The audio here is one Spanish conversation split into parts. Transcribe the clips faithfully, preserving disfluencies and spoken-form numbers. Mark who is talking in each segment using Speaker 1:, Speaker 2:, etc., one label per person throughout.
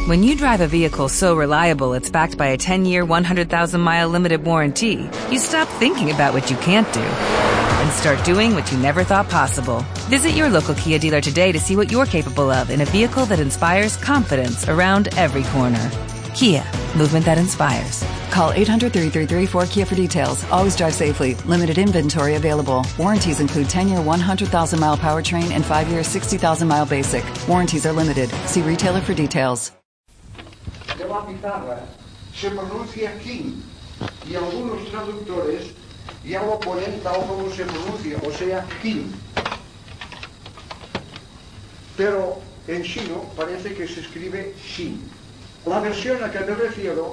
Speaker 1: When you drive a vehicle so reliable it's backed by a ten-year, one hundred thousand mile limited warranty, you stop thinking about what you can't do and start doing what you never thought possible. Visit your local Kia dealer today to see what you're capable of in a vehicle that inspires confidence around every corner. Kia, movement that inspires.
Speaker 2: Call eight hundred, three three three, four K I A for details. Always drive safely. Limited inventory available. Warranties include ten-year, one hundred thousand mile powertrain and five-year, sixty thousand mile basic. Warranties are limited. See retailer for details.
Speaker 3: De la guitarra se pronuncia king y algunos traductores ya lo ponen tal como se pronuncia, o sea, king. Pero en chino parece que se escribe shin. La versión a que me refiero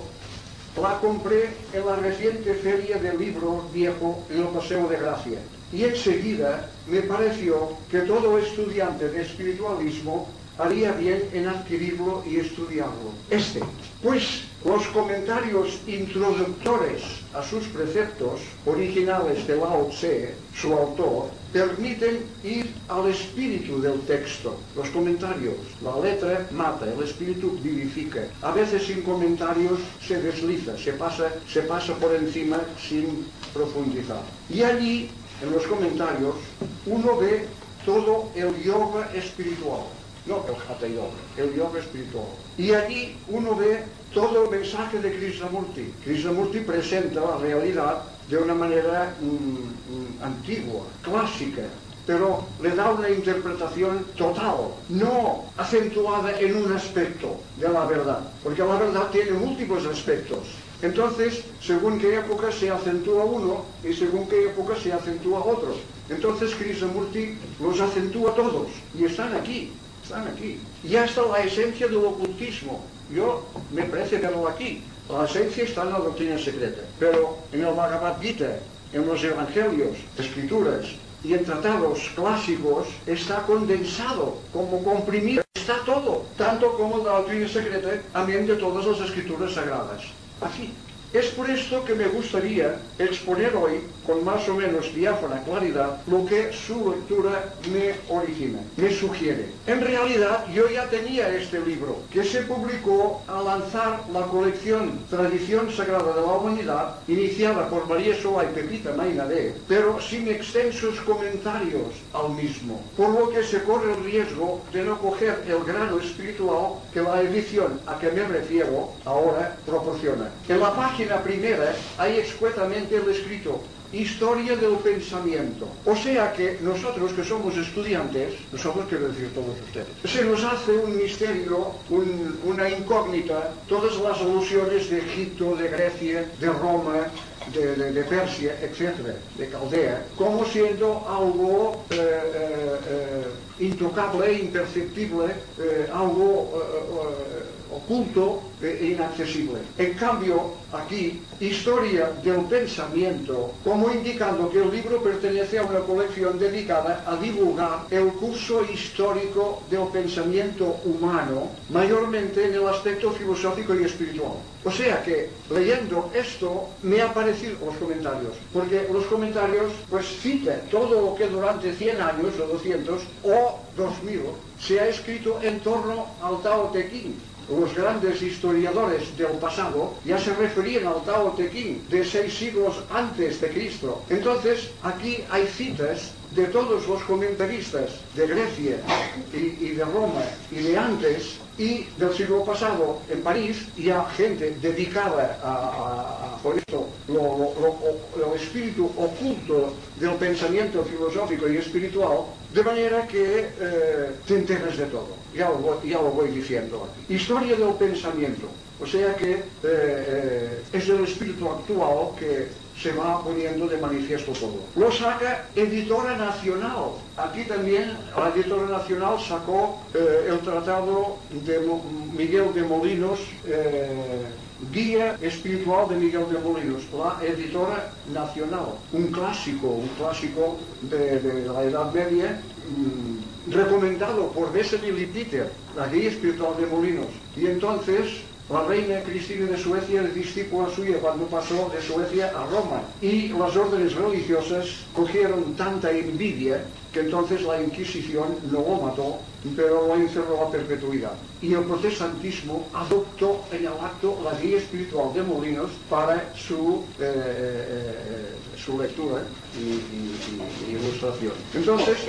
Speaker 3: la compré en la reciente feria del libro viejo en el Paseo de Gracia. Y enseguida me pareció que todo estudiante de espiritualismo haría bien en adquirirlo y estudiarlo. Este, pues los comentarios introductores a sus preceptos originales de Lao Tse, su autor, permiten ir al espíritu del texto. Los comentarios, la letra mata, el espíritu vivifica. A veces sin comentarios se desliza, se pasa, se pasa por encima sin profundizar. Y allí, en los comentarios, uno ve todo el yoga espiritual. No el Hatha Yoga, el yoga espiritual. Y allí uno ve todo el mensaje de Krishnamurti. Krishnamurti presenta la realidad de una manera mm, mm, antigua, clásica, pero le da una interpretación total, no acentuada en un aspecto de la verdad, porque la verdad tiene múltiples aspectos. Entonces, según qué época se acentúa uno y según qué época se acentúa otro. Entonces Krishnamurti los acentúa todos y están aquí. Están aquí. Y hasta la esencia del ocultismo. Yo me parece verlo aquí. La esencia está en la doctrina secreta. Pero en el Bhagavad Gita, en los evangelios, escrituras y en tratados clásicos está condensado, como comprimido. Está todo. Tanto como la doctrina secreta, amén de todas las escrituras sagradas. Aquí. Es por esto que me gustaría exponer hoy, con más o menos diáfana claridad, lo que su lectura me origina, me sugiere. En realidad, yo ya tenía este libro, que se publicó al lanzar la colección Tradición Sagrada de la Humanidad, iniciada por María Solá y Pepita Mainadé, pero sin extensos comentarios al mismo, por lo que se corre el riesgo de no coger el grano espiritual que la edición a que me refiero ahora proporciona. En la página En la primera hay escuetamente el escrito Historia del pensamiento. O sea que nosotros que somos estudiantes, nosotros quiero decir todos ustedes, se nos hace un misterio, un, una incógnita, todas las alusiones de Egipto, de Grecia, de Roma, de, de, de Persia, etcétera, de Caldea, como siendo algo eh, eh, eh, intocable, imperceptible, eh, algo eh, eh, oculto e inaccesible. En cambio, aquí, historia del pensamiento, como indicando que el libro pertenece a una colección dedicada a divulgar el curso histórico del pensamiento humano, mayormente en el aspecto filosófico y espiritual. O sea que, leyendo esto, me ha parecido los comentarios, porque los comentarios, pues citan todo lo que durante cien años, o doscientos, o dos mil, se ha escrito en torno al Tao Te Ching. Los grandes historiadores del pasado ya se referían al Tao Te Ching de seis siglos antes de Cristo. Entonces, aquí hay citas de todos los comentaristas de Grecia y, y de Roma y de antes y del siglo pasado en París, y a gente dedicada a, a, a por esto, lo, lo, lo, el espíritu oculto del pensamiento filosófico y espiritual, de manera que eh, te enteras de todo. Ya lo, voy, ya lo voy diciendo aquí. Historia del pensamiento. O sea que eh, eh, es el espíritu actual que se va poniendo de manifiesto todo. Lo saca Editora Nacional. Aquí también la Editora Nacional sacó eh, el tratado de Mo Miguel de Molinos, eh, Guía Espiritual de Miguel de Molinos, la Editora Nacional. Un clásico, un clásico de, de la Edad Media, mmm, recomendado por Besseville y Peter, la Guía Espiritual de Molinos. Y entonces La reina Cristina de Suecia es discípula suya cuando pasó de Suecia a Roma. Y las órdenes religiosas cogieron tanta envidia que entonces la Inquisición no lo mató, pero lo encerró a perpetuidad. Y el protestantismo adoptó en el acto la guía espiritual de Molinos para su, eh, eh, su lectura y, y, y ilustración. Entonces,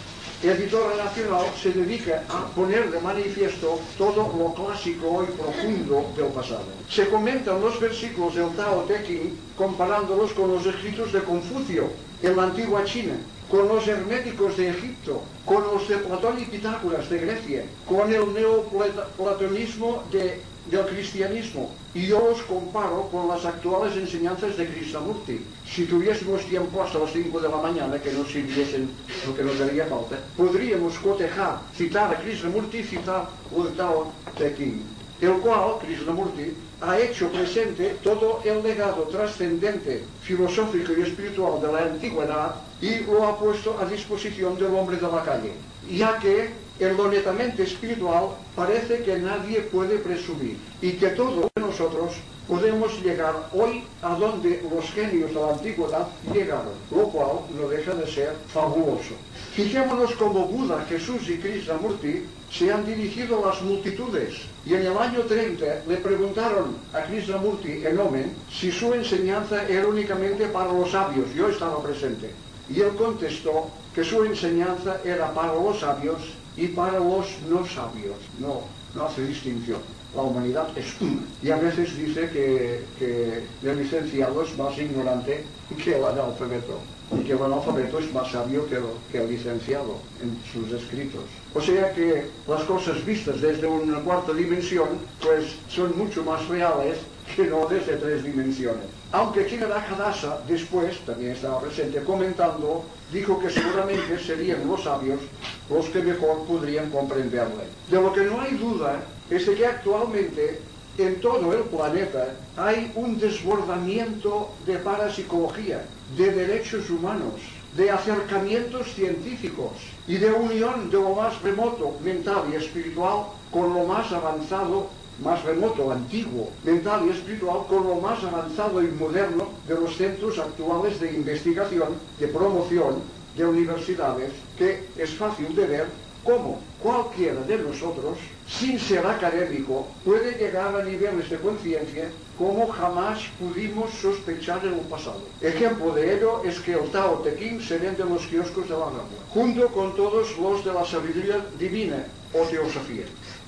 Speaker 3: Editora Nacional se dedica a poner de manifiesto todo lo clásico y profundo del pasado. Se comentan los versículos del Tao Te Ching comparándolos con los escritos de Confucio en la antigua China, con los herméticos de Egipto, con los de Platón y Pitágoras de Grecia, con el neoplatonismo de, del cristianismo. Y yo los comparo con las actuales enseñanzas de Krishnamurti. Si tuviésemos tiempo hasta las cinco de la mañana, que nos sirviesen lo que nos daría falta, podríamos cotejar, citar a Krishnamurti y citar el Tao Te Ching, el cual, Krishnamurti, ha hecho presente todo el legado trascendente, filosófico y espiritual de la antigüedad y lo ha puesto a disposición del hombre de la calle, ya que en lo netamente espiritual parece que nadie puede presumir y que todos nosotros podemos llegar hoy a donde los genios de la antigüedad llegaron, lo cual no deja de ser fabuloso. Fijémonos cómo Buda, Jesús y Krishnamurti se han dirigido a las multitudes y en el año treinta le preguntaron a Krishnamurti en Omen si su enseñanza era únicamente para los sabios. Yo estaba presente y él contestó que su enseñanza era para los sabios y para los no sabios. No, no hace distinción. La humanidad es una. Y a veces dice que, que el licenciado es más ignorante que el analfabeto. Y que el analfabeto es más sabio que el, que el licenciado en sus escritos. O sea que las cosas vistas desde una cuarta dimensión, pues son mucho más reales que no desde tres dimensiones. Aunque Kiradakadasa después, también estaba presente comentando, dijo que seguramente serían los sabios los que mejor podrían comprenderle. De lo que no hay duda es de que actualmente en todo el planeta hay un desbordamiento de parapsicología, de derechos humanos, de acercamientos científicos y de unión de lo más remoto, mental y espiritual con lo más avanzado, más remoto, antiguo, mental y espiritual con lo más avanzado y moderno de los centros actuales de investigación, de promoción, de universidades, que es fácil de ver cómo cualquiera de nosotros, sin ser académico, puede llegar a niveles de conciencia como jamás pudimos sospechar en el pasado. Ejemplo de ello es que el Tao Te Ching se vende en los kioscos de la Rambla, junto con todos los de la sabiduría divina o teosofía.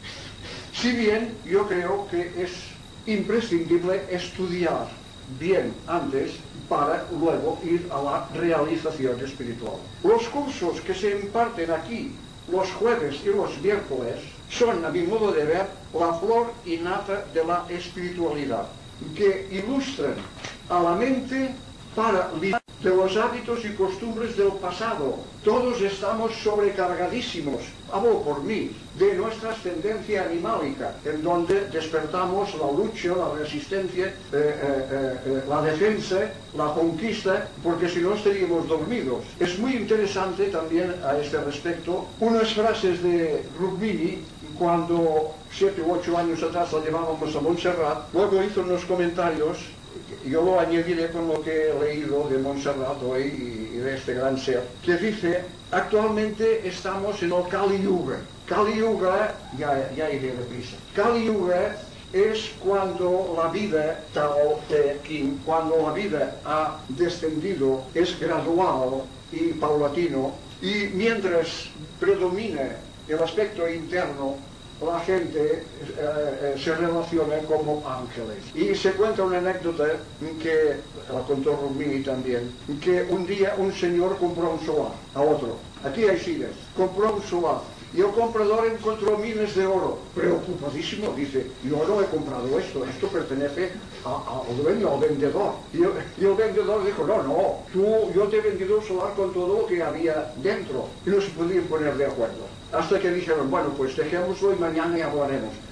Speaker 3: Si bien yo creo que es imprescindible estudiar bien antes para luego ir a la realización espiritual. Los cursos que se imparten aquí los jueves y los miércoles son, a mi modo de ver, la flor innata de la espiritualidad, que ilustran a la mente para liberar de los hábitos y costumbres del pasado. Todos estamos sobrecargadísimos, hablo por mí, de nuestra ascendencia animálica, en donde despertamos la lucha, la resistencia, eh, eh, eh, la defensa, la conquista, porque si no estaríamos dormidos. Es muy interesante también a este respecto unas frases de Rukmini, cuando siete u ocho años atrás la llevábamos a Montserrat, luego hizo unos comentarios. Yo lo añadiré con lo que he leído de Montserrat hoy y de este gran ser, que dice, actualmente estamos en el Kali Yuga. Kali Yuga, ya, ya iré deprisa. Kali Yuga es cuando la vida, Tao Te Ching, cuando la vida ha descendido, es gradual y paulatino, y mientras predomina el aspecto interno, la gente eh, se relaciona como ángeles. Y se cuenta una anécdota que la contó Rukmini también, que un día un señor compró un solar a otro. Aquí hay sillas. Compró un solar y el comprador encontró minas de oro. Preocupadísimo, dice, yo no he comprado esto, esto pertenece al dueño, al vendedor. Y el, y el vendedor dijo, no, no, tú, yo te he vendido un solar con todo lo que había dentro. Y no se podían poner de acuerdo. Hasta que dijeron, bueno, pues dejémoslo y mañana hablaremos.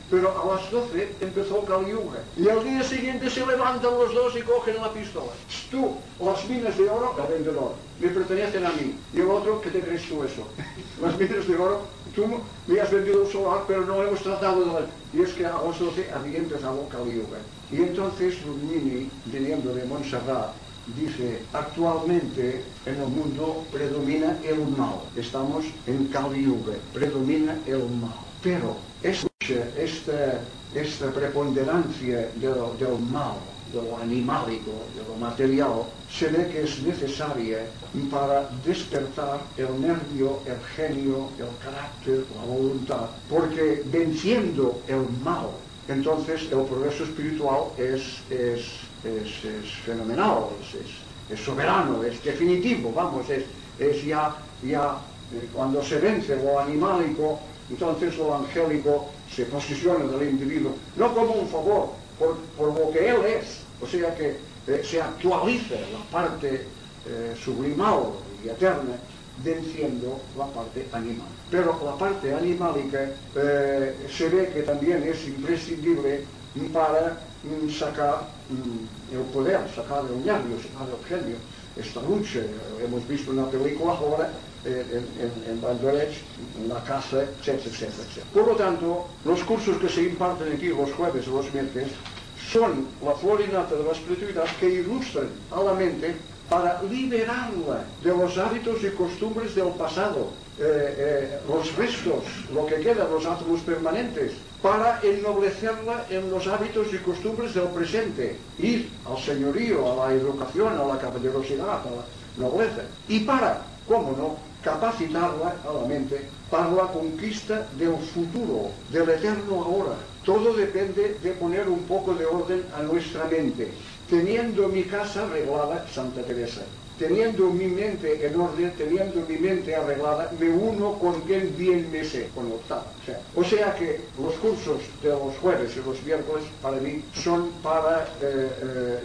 Speaker 3: pero a las doce empezó Kali Yuga. Y al día siguiente se levantan los dos y cogen la pistola. Tú, las minas de oro, el vendedor, me pertenecen a mí. Y el otro, ¿qué te crees tú eso? Las minas de oro, tú me has vendido el solar, pero no hemos tratado de las... Y es que a las doce había empezado Kali Yuga. Y entonces Rukmini, viniendo de Montserrat, dice, actualmente en el mundo predomina el mal. Estamos en Kali Yuga, predomina el mal. Pero esta, esta, esta preponderancia de lo, del mal, de lo animálico, de lo material, se ve que es necesaria para despertar el nervio, el genio, el carácter, la voluntad, porque venciendo el mal, entonces el progreso espiritual es, es, es, es fenomenal, es, es, es soberano, es definitivo, vamos, es, es ya, ya eh, cuando se vence lo animálico, entonces lo angélico se posiciona del individuo, no como un favor, por, por lo que él es, o sea que eh, se actualiza la parte eh, sublimal y eterna, venciendo la parte animal. Pero la parte animálica eh, se ve que también es imprescindible para mm, sacar mm, el poder, sacar el nervio, sacar el genio. Esta lucha, eh, hemos visto una película ahora eh, en, en, en Bandereich, la caza, etcétera, etcétera, etcétera. Por lo tanto, los cursos que se imparten aquí los jueves y los miércoles son la flor y nata de la espiritualidad que ilustran a la mente para liberarla de los hábitos y costumbres del pasado, eh, eh, los restos, lo que queda, los átomos permanentes, para ennoblecerla en los hábitos y costumbres del presente, ir al señorío, a la educación, a la caballerosidad, a la nobleza, y para, cómo no, capacitarla a la mente para la conquista del futuro, del eterno ahora. Todo depende de poner un poco de orden a nuestra mente. Teniendo mi casa arreglada, Santa Teresa, teniendo mi mente en orden, teniendo mi mente arreglada, me uno con quien bien me sé, con octavo. O sea, o sea que los cursos de los jueves y los miércoles para mí son para eh, eh,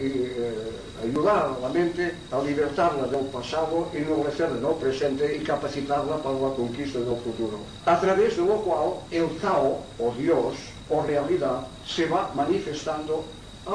Speaker 3: eh, ayudar a la mente a libertarla del pasado, ennoblecerla del presente y capacitarla para la conquista del futuro. A través de lo cual el Tao, o Dios, o realidad, se va manifestando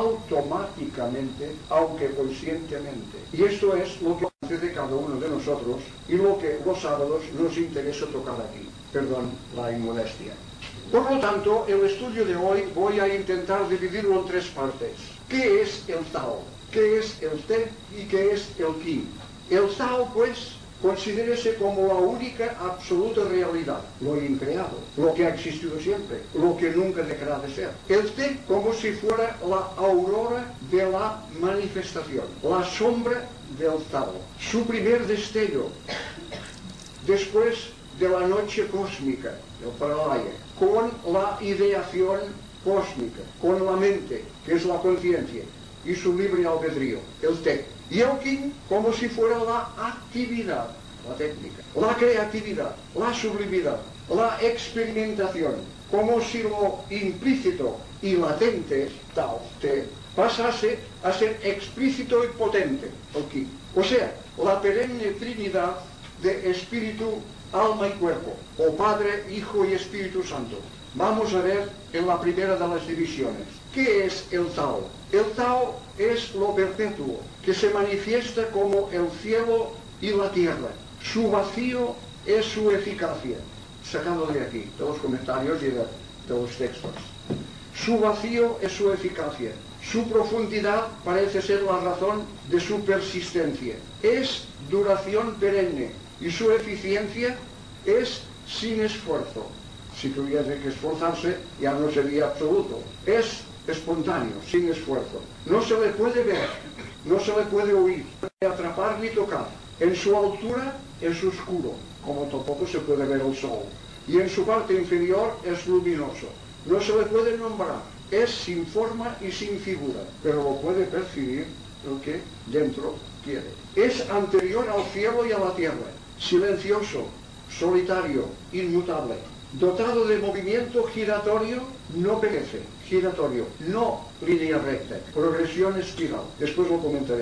Speaker 3: automáticamente, aunque conscientemente. Y esto es lo que hace de cada uno de nosotros y lo que los sábados nos interesa tocar aquí. Perdón la inmodestia. Por lo tanto, el estudio de hoy voy a intentar dividirlo en tres partes. ¿Qué es el Tao? ¿Qué es el Te? ¿Y qué es el Qi? El Tao, pues, considérese como la única absoluta realidad, lo increado, lo que ha existido siempre, lo que nunca dejará de ser. El Te como si fuera la aurora de la manifestación, la sombra del Tao, su primer destello, después de la noche cósmica, el Pralaya, con la ideación cósmica, con la mente, que es la conciencia, y su libre albedrío, el Te. Y el Qi como si fuera la actividad, la técnica, la creatividad, la sublimidad, la experimentación, como si lo implícito y latente, Tao, Te, pasase a ser explícito y potente, el Qi. O sea, la perenne trinidad de espíritu, alma y cuerpo, o Padre, Hijo y Espíritu Santo. Vamos a ver en la primera de las divisiones. ¿Qué es el Tao? El Tao es lo perpetuo, que se manifiesta como el cielo y la tierra. Su vacío es su eficacia. Sacado de aquí, de los comentarios y de, de los textos. Su vacío es su eficacia. Su profundidad parece ser la razón de su persistencia. Es duración perenne y su eficiencia es sin esfuerzo. Si tuviese que esforzarse, ya no sería absoluto. Es espontáneo, sin esfuerzo. No se le puede ver, no se le puede oír, no puede atrapar ni tocar. En su altura es oscuro, como tampoco se puede ver el sol. Y en su parte inferior es luminoso. No se le puede nombrar, es sin forma y sin figura, pero lo puede percibir el que dentro quiere. Es anterior al cielo y a la tierra, silencioso, solitario, inmutable. Dotado de movimiento giratorio, no perece, giratorio, no línea recta, progresión espiral, después lo comentaremos.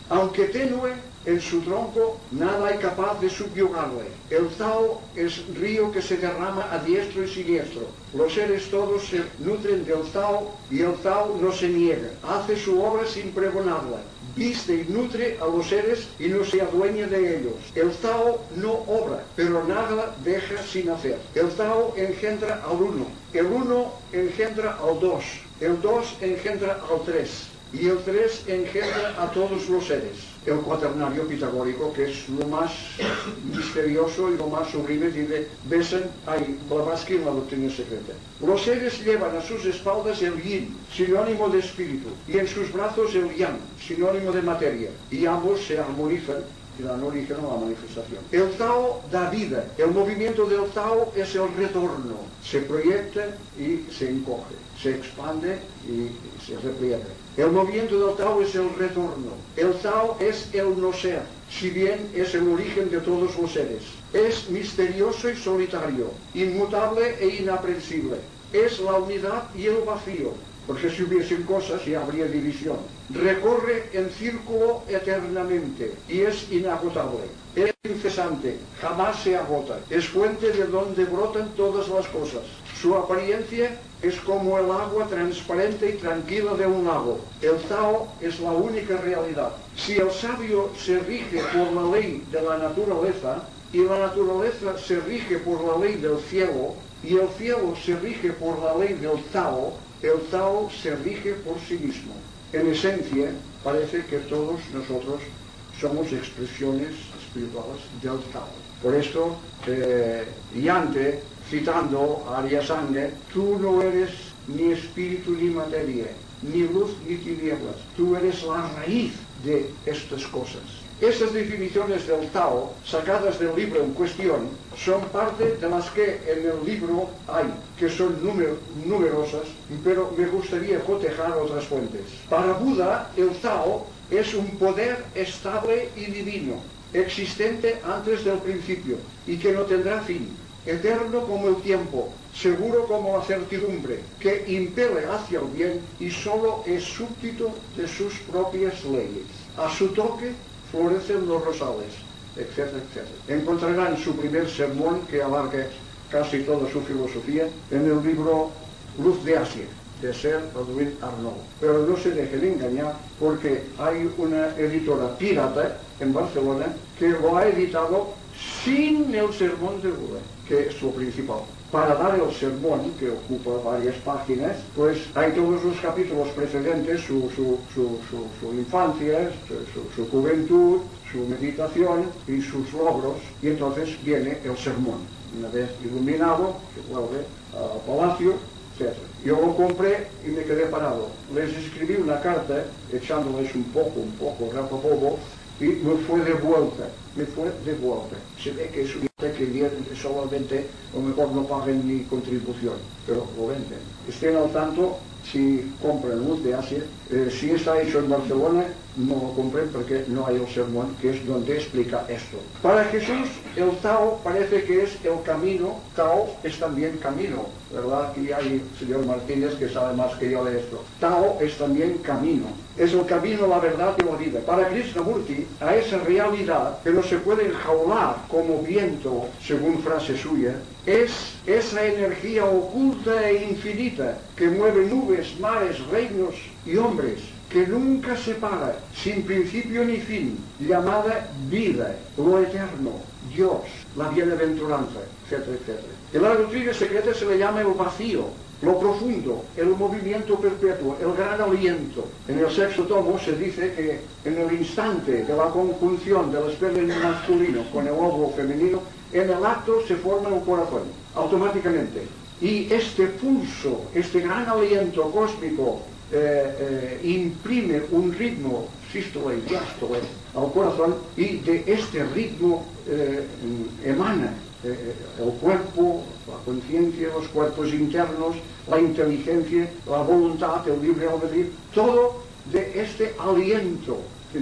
Speaker 3: Aunque tenue en su tronco, nada hay capaz de subyugarle. El Tao es río que se derrama a diestro y siniestro. Los seres todos se nutren del Tao y el Tao no se niega. Hace su obra sin pregonarla. Viste y nutre a los seres y no se adueña de ellos. El Tao no obra, pero nada deja sin hacer. El Tao engendra al uno. El uno engendra al dos. El dos engendra al tres. Y el tres engendra a todos los seres. El cuaternario pitagórico, que es lo más misterioso y lo más sublime, dice Besen, ay, Blavatsky en la doctrina secreta. Los seres llevan a sus espaldas el yin, sinónimo de espíritu, y en sus brazos el yang, sinónimo de materia, y ambos se armonizan y dan origen a la manifestación. El Tao da vida. El movimiento del Tao es el retorno. Se proyecta y se encoge, se expande y se repliega. El movimiento del Tao es el retorno. El Tao es el no ser, si bien es el origen de todos los seres. Es misterioso y solitario, inmutable e inaprensible. Es la unidad y el vacío, porque si hubiesen cosas ya habría división. Recorre en círculo eternamente y es inagotable. Es incesante, jamás se agota. Es fuente de donde brotan todas las cosas. Su apariencia es como el agua transparente y tranquila de un lago. El Tao es la única realidad. Si el sabio se rige por la ley de la naturaleza, y la naturaleza se rige por la ley del cielo, y el cielo se rige por la ley del Tao, el Tao se rige por sí mismo. En esencia, parece que todos nosotros somos expresiones espirituales del Tao. Por esto, eh, Yante, citando a Aryasanga, tú no eres ni espíritu ni materia, ni luz ni tinieblas, tú eres la raíz de estas cosas. Estas definiciones del Tao, sacadas del libro en cuestión, son parte de las que en el libro hay, que son número, numerosas, pero me gustaría cotejar otras fuentes. Para Buda, el Tao es un poder estable y divino, existente antes del principio, y que no tendrá fin, eterno como el tiempo, seguro como la certidumbre, que impele hacia el bien y solo es súbdito de sus propias leyes. A su toque florecen los rosales, etcétera, etcétera. Encontrarán su primer sermón, que abarca casi toda su filosofía, en el libro Luz de Asia, de Sir Edwin Arnold. Pero no se dejen engañar, porque hay una editora pirata en Barcelona que lo ha editado sin el sermón de Buda, que es lo principal. Para dar el sermón, que ocupa varias páginas, pues hay todos los capítulos precedentes, su, su, su, su, su infancia, su, su juventud, su meditación y sus logros, y entonces viene el sermón. Una vez iluminado, se vuelve al palacio, etcétera. Yo lo compré y me quedé parado. Les escribí una carta, echándoles un poco, un poco, rapapobo, y me fue de vuelta, me fue de vuelta. Se ve que es un que solamente, a lo mejor no paguen ni contribución, pero lo venden. Estén al tanto, si compran Luz de Asia, eh, si está hecho en Barcelona, no lo compren porque no hay el sermón, que es donde explica esto. Para Jesús, el Tao parece que es el camino. Tao es también camino, ¿verdad? Aquí hay el señor Martínez que sabe más que yo de esto. Tao es también camino. Es el camino, la verdad y la vida. Para Krishnamurti, a esa realidad que no se puede enjaular como viento, según frase suya, es esa energía oculta e infinita que mueve nubes, mares, reinos y hombres, que nunca se para, sin principio ni fin, llamada vida, lo eterno, Dios, la bienaventuranza, etcétera, etcétera. En la doctrina secreta se le llama el vacío, lo profundo, el movimiento perpetuo, el gran aliento. En el sexto tomo se dice que en el instante de la conjunción del esperma masculino con el óvulo femenino, en el acto se forma un corazón, automáticamente. Y este pulso, este gran aliento cósmico, eh, eh, imprime un ritmo, sístole y diástole, al corazón, y de este ritmo eh, emana eh, el cuerpo, la conciencia, los cuerpos internos, la inteligencia, la voluntad, el libre albedrío, todo de este aliento,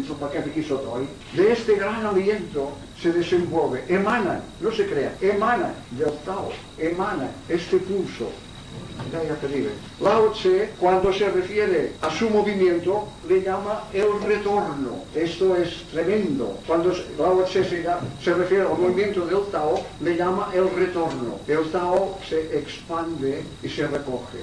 Speaker 3: de este gran aliento se desenvuelve, emana, no se crea, emana del Tao, emana este pulso, Ya te digo. Lao Tse, cuando se refiere a su movimiento, le llama el retorno. Esto es tremendo. Cuando Lao Tse se, se refiere al movimiento del Tao, le llama el retorno. El Tao se expande y se recoge.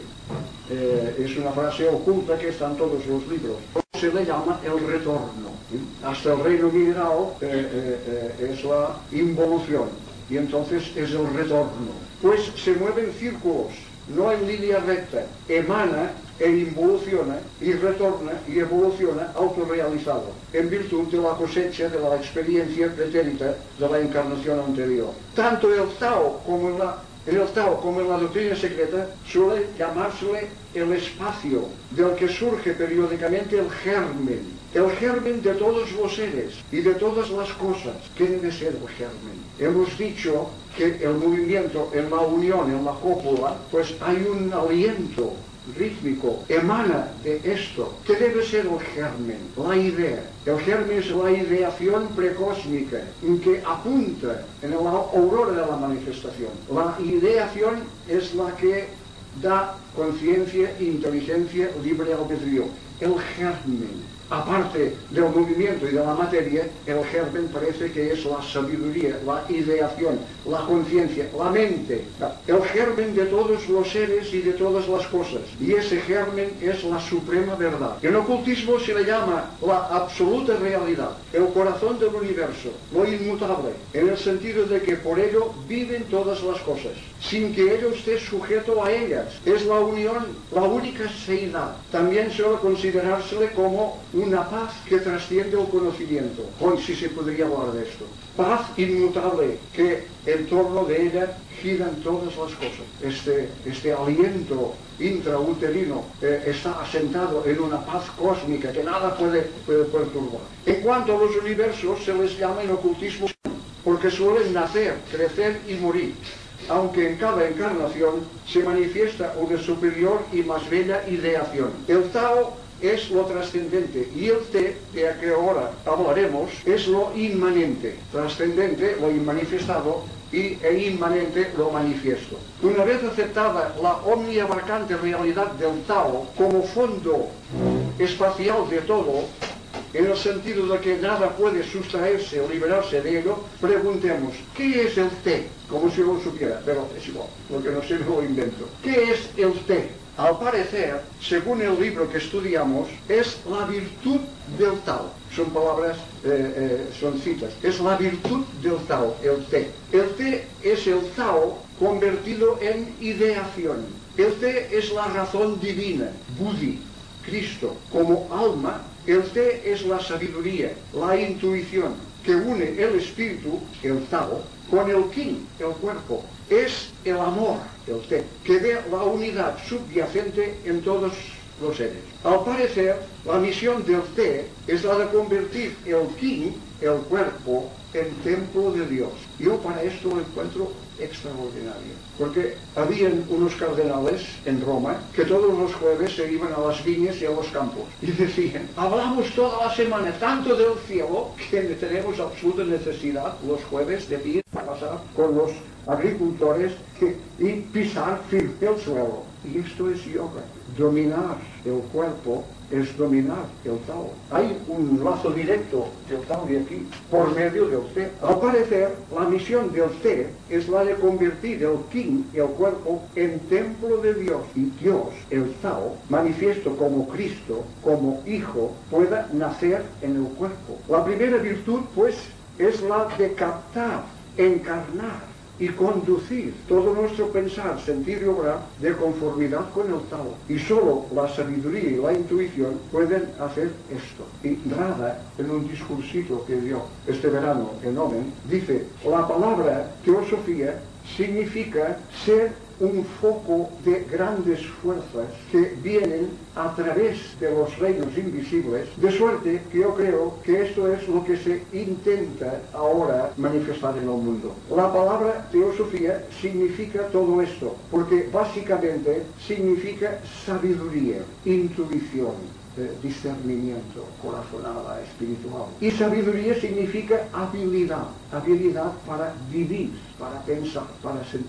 Speaker 3: Eh, es una frase oculta que está en todos los libros. Se le llama el retorno. Hasta el reino mineral eh, eh, eh, es la involución. Y entonces es el retorno. Pues se mueve en círculos, no en línea recta, emana e involuciona y retorna y evoluciona autorrealizado, en virtud de la cosecha de la experiencia pretérita de la encarnación anterior. Tanto el Tao como en la, en el Tao como en la doctrina secreta suele llamársele el espacio, del que surge periódicamente el germen, el germen de todos los seres y de todas las cosas. ¿Qué debe ser el germen? Hemos dicho que el movimiento en la unión, en la cópula, pues hay un aliento rítmico, emana de esto. ¿Qué debe ser el germen? La idea. El germen es la ideación precósmica, que apunta en la aurora de la manifestación. La ideación es la que da conciencia, inteligencia, libre albedrío. El germen. Aparte del movimiento y de la materia, el germen parece que es la sabiduría, la ideación, la conciencia, la mente, el germen de todos los seres y de todas las cosas. Y ese germen es la suprema verdad. En ocultismo se le llama la absoluta realidad, el corazón del universo, lo inmutable, en el sentido de que por ello viven todas las cosas, sin que ello esté sujeto a ellas. Es la unión, la única seidad. También suele considerársele como una paz que trasciende el conocimiento. Hoy sí se podría hablar de esto. Paz inmutable, que en torno de ella giran todas las cosas. Este, este aliento intrauterino eh, está asentado en una paz cósmica que nada puede, puede perturbar. En cuanto a los universos, se les llama en ocultismo porque suelen nacer, crecer y morir, aunque en cada encarnación se manifiesta una superior y más bella ideación. El Tao es lo trascendente y el Te, de que ahora hablaremos, es lo inmanente. Trascendente, lo inmanifestado, y e inmanente, lo manifiesto. Una vez aceptada la omniabarcante realidad del Tao como fondo espacial de todo, en el sentido de que nada puede sustraerse o liberarse de ello, preguntemos, ¿qué es el Te? Como si lo supiera, pero es igual, lo que no sé lo invento. ¿Qué es el Te? Al parecer, según el libro que estudiamos, es la virtud del Tao. Son palabras, eh, eh, son citas. Es la virtud del Tao, el Te. El Te es el Tao convertido en ideación. El Te es la razón divina, Buddhi, Cristo. Como alma, el Te es la sabiduría, la intuición, que une el espíritu, el Tao, con el Kin, el cuerpo. Es el amor, el Te, que ve la unidad subyacente en todos los seres. Al parecer, la misión del Te es la de convertir el Kin, el cuerpo, en templo de Dios. Yo para esto lo encuentro extraordinario, porque habían unos cardenales en Roma que todos los jueves se iban a las viñas y a los campos y decían, hablamos toda la semana tanto del cielo que tenemos absoluta necesidad los jueves de ir a pasar con los agricultores que, y pisar firme el suelo. Y esto es yoga. Dominar el cuerpo es dominar el Tao. Hay un lazo directo del Tao de aquí, por medio del Te. Al parecer, la misión del Te es la de convertir el Kin, el cuerpo, en templo de Dios. Y Dios, el Tao, manifiesto como Cristo, como Hijo, pueda nacer en el cuerpo. La primera virtud, pues, es la de captar, encarnar y conducir todo nuestro pensar, sentir y obrar de conformidad con el Tao. Y solo la sabiduría y la intuición pueden hacer esto. Y Radha, en un discursito que dio este verano en Omen, dice, la palabra teosofía significa ser un foco de grandes fuerzas que vienen a través de los reinos invisibles, de suerte que yo creo que esto es lo que se intenta ahora manifestar en el mundo. La palabra teosofía significa todo esto, porque básicamente significa sabiduría, intuición, eh, discernimiento, corazonada, espiritual. Y sabiduría significa habilidad, habilidad para vivir, para pensar, para sentir.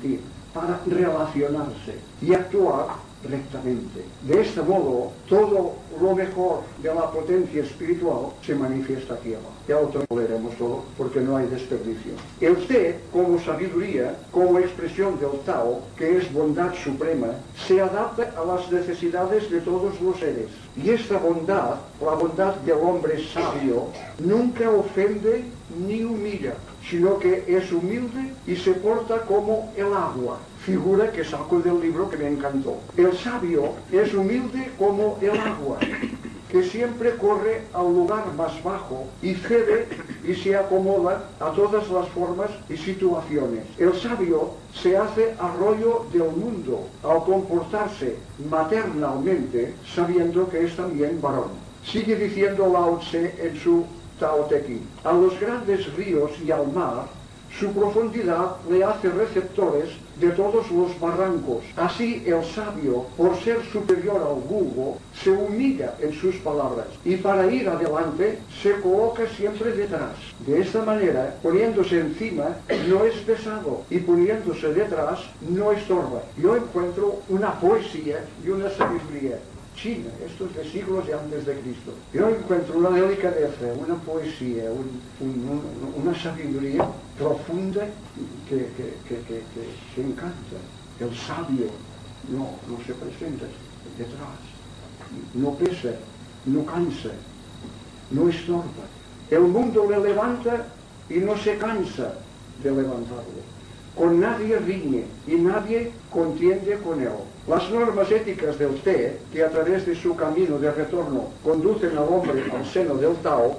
Speaker 3: para relacionarse y actuar rectamente. De este modo, todo lo mejor de la potencia espiritual se manifiesta aquí abajo. Ya lo leeremos todo, porque no hay desperdicio. El Te, como sabiduría, como expresión del Tao, que es bondad suprema, se adapta a las necesidades de todos los seres. Y esta bondad, la bondad del hombre sabio, nunca ofende ni humilla, sino que es humilde y se porta como el agua. Figura que saco del libro que me encantó. El sabio es humilde como el agua, que siempre corre al lugar más bajo y cede y se acomoda a todas las formas y situaciones. El sabio se hace arroyo del mundo al comportarse maternalmente, sabiendo que es también varón. Sigue diciendo Lao Tse en su Tao Te Ching: a los grandes ríos y al mar, su profundidad le hace receptores de todos los barrancos. Así el sabio, por ser superior al vulgo, se humilla en sus palabras y para ir adelante se coloca siempre detrás. De esta manera, poniéndose encima, no es pesado y poniéndose detrás, no estorba. Yo encuentro una poesía y una sabiduría china, esto es de siglos y antes de Cristo. Yo encuentro una delicadeza, una poesía, un, un, un, una sabiduría profunda que, que, que, que, que, que encanta. El sabio no, no se presenta detrás, no pesa, no cansa, no estorba. El mundo le levanta y no se cansa de levantarlo. Con nadie riñe y nadie contiende con él. Las normas éticas del Te, que a través de su camino de retorno conducen al hombre al seno del Tao,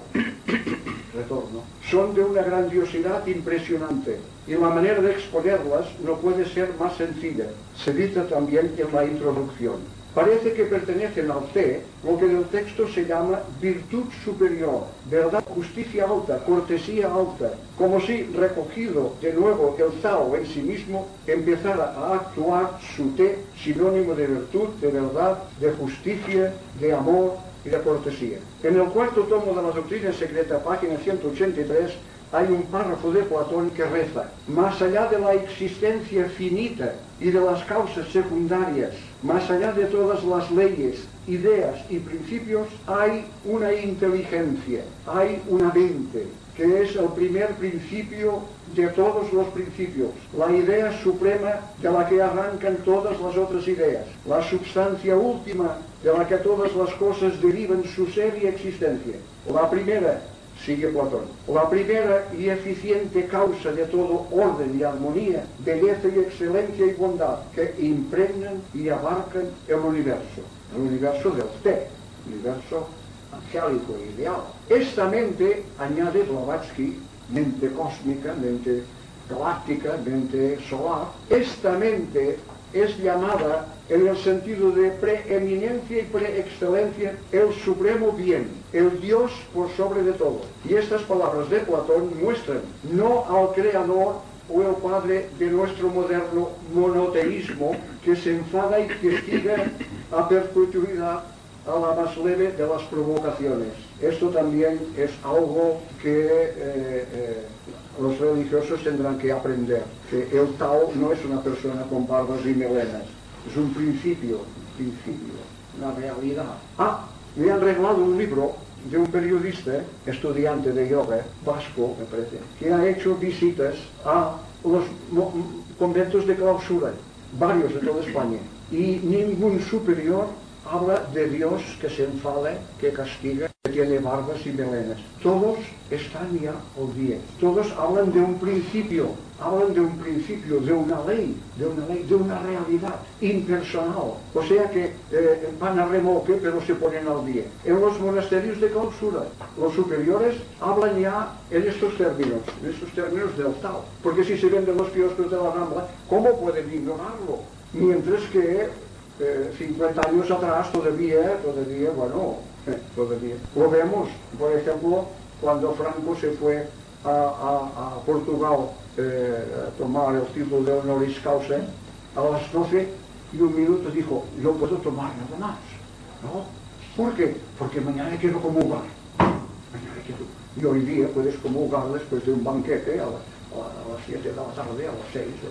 Speaker 3: retorno, son de una grandiosidad impresionante y la manera de exponerlas no puede ser más sencilla. Se cita también en la introducción. Parece que pertenecen al Te lo que en el texto se llama virtud superior, verdad, justicia alta, cortesía alta, como si recogido de nuevo el Tao en sí mismo empezara a actuar su Te, sinónimo de virtud, de verdad, de justicia, de amor y de cortesía. En el cuarto tomo de la Doctrina Secreta, página ciento ochenta y tres, hay un párrafo de Platón que reza: más allá de la existencia finita y de las causas secundarias, más allá de todas las leyes, ideas y principios, hay una inteligencia, hay una mente, que es el primer principio de todos los principios, la idea suprema de la que arrancan todas las otras ideas, la substancia última de la que todas las cosas derivan su ser y existencia. La primera, sigue Platón, la primera y eficiente causa de todo orden y armonía, belleza y excelencia y bondad que impregnan y abarcan el universo, el universo del Te, universo angélico e ideal. Esta mente, añade Blavatsky, mente cósmica, mente galáctica, mente solar, esta mente es llamada en el sentido de preeminencia y preexcelencia el supremo bien, el Dios por sobre de todo. Y estas palabras de Platón muestran no al Creador o el Padre de nuestro moderno monoteísmo que se enfada y castiga a perpetuidad a la más leve de las provocaciones. Esto también es algo que eh, eh, los religiosos tendrán que aprender, que el Tao no es una persona con barbas y melenas, es un principio, un principio, una realidad. Ah, me han regalado un libro de un periodista, estudiante de yoga, vasco, me parece, que ha hecho visitas a los conventos de clausura, varios de toda España, y ningún superior habla de Dios que se enfada, que castiga, que tiene barbas y melenas. Todos están ya al día. Todos hablan de un principio, hablan de un principio, de una ley, de una ley, de una realidad impersonal. O sea que eh, van a remolque, pero se ponen al día. En los monasterios de clausura, los superiores hablan ya en estos términos, en estos términos del Tao. Porque si se venden los kioscos de la Rambla, ¿cómo pueden ignorarlo? Mientras que Eh, cincuenta años atrás todavía, todavía, bueno, eh, todavía. Lo vemos, por ejemplo, cuando Franco se fue a, a, a Portugal eh, a tomar el título de honoris causa, a las doce y un minuto dijo: yo puedo tomar nada más, ¿no? ¿Por qué? Porque mañana quiero comulgar. Mañana quiero. Y hoy día puedes comulgar después de un banquete a, la, a, a las siete de la tarde, a las seis. Eh,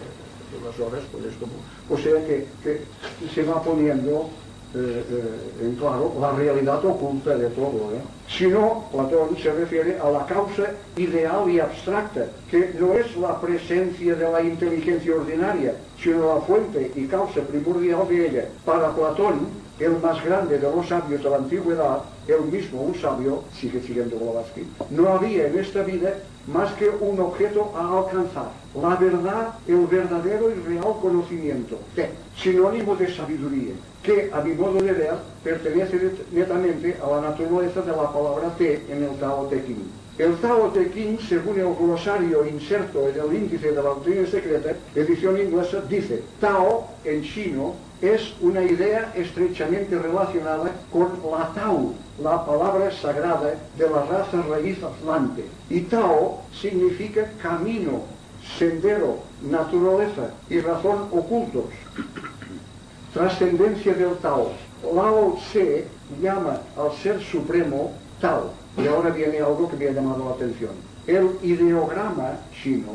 Speaker 3: de las horas, pues es como, o sea que, que se va poniendo eh, eh, en claro la realidad oculta de todo, ¿eh? Si no, Platón se refiere a la causa ideal y abstracta, que no es la presencia de la inteligencia ordinaria, sino la fuente y causa primordial de ella. Para Platón, el más grande de los sabios de la antigüedad, él mismo un sabio, sigue siguiendo Blavatsky, no había en esta vida más que un objeto a alcanzar, la verdad, el verdadero y real conocimiento, Te, sinónimo de sabiduría, que a mi modo de ver pertenece netamente a la naturaleza de la palabra Te en el Tao Te Ching. El Tao Te Ching, según el glosario inserto en el índice de la doctrina secreta, edición inglesa, dice: Tao en chino es una idea estrechamente relacionada con la Tao, la palabra sagrada de la raza raíz atlante. Y Tao significa camino, sendero, naturaleza y razón ocultos. Trascendencia del Tao. Lao Tse llama al ser supremo Tao. Y ahora viene algo que me ha llamado la atención. El ideograma chino